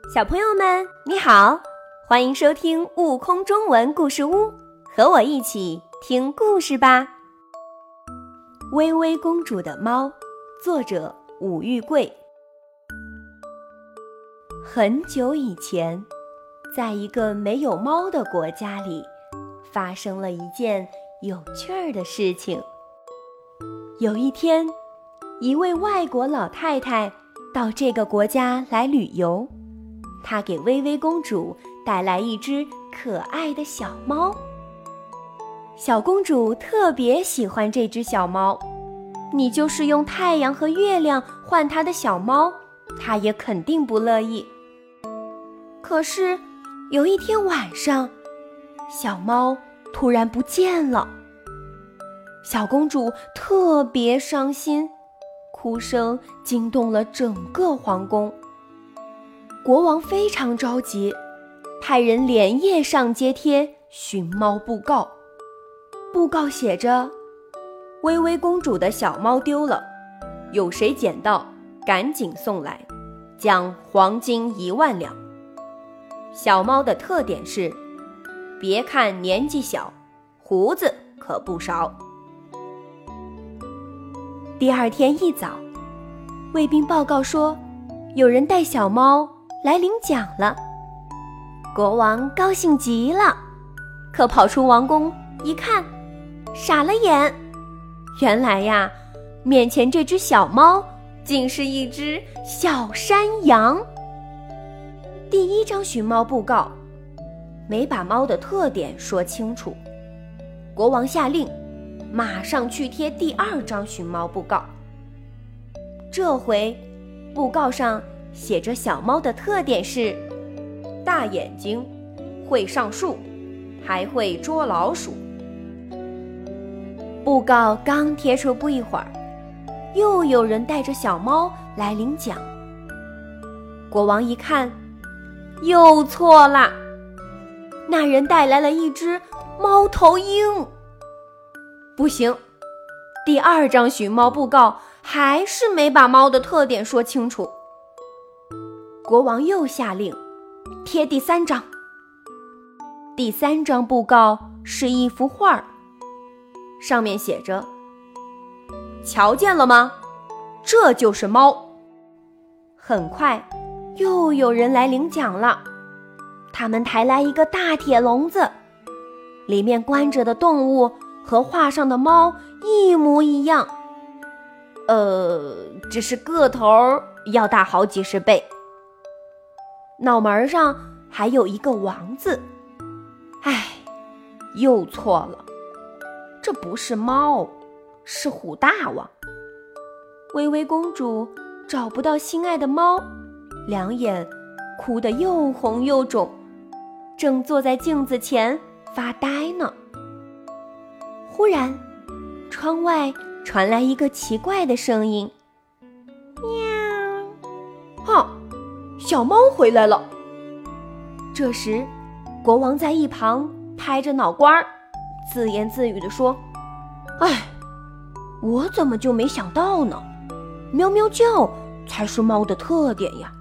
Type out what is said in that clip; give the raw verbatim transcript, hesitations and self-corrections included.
小朋友们你好，欢迎收听悟空中文故事屋，和我一起听故事吧。微微公主的猫，作者武玉贵。很久以前，在一个没有猫的国家里，发生了一件有趣儿的事情。有一天，一位外国老太太到这个国家来旅游，她给微微公主带来一只可爱的小猫。小公主特别喜欢这只小猫，你就是用太阳和月亮换她的小猫，她也肯定不乐意。可是有一天晚上，小猫突然不见了。小公主特别伤心，哭声惊动了整个皇宫。国王非常着急，派人连夜上街贴寻猫布告。布告写着：微微公主的小猫丢了，有谁捡到赶紧送来，奖黄金一万两。小猫的特点是，别看年纪小，胡子可不少。第二天一早，卫兵报告说，有人带小猫来领奖了。国王高兴极了，可跑出王宫一看，傻了眼。原来呀，面前这只小猫竟是一只小山羊。第一张寻猫布告没把猫的特点说清楚，国王下令马上去贴第二张寻猫布告。这回布告上写着小猫的特点是大眼睛，会上树，还会捉老鼠。布告刚贴出不一会儿，又有人带着小猫来领奖。国王一看，又错了，那人带来了一只猫头鹰。不行，第二张寻猫布告还是没把猫的特点说清楚。国王又下令贴第三张。第三张布告是一幅画，上面写着：瞧见了吗？这就是猫。很快又有人来领奖了，他们抬来一个大铁笼子，里面关着的动物和画上的猫一模一样，呃，只是个头要大好几十倍。脑门上还有一个王字。唉，又错了，这不是猫，是虎大王。微微公主找不到心爱的猫，两眼哭得又红又肿，正坐在镜子前发呆呢。忽然，窗外传来一个奇怪的声音：喵！哈，小猫回来了。这时，国王在一旁拍着脑瓜，自言自语地说：哎，我怎么就没想到呢？喵喵叫才是猫的特点呀。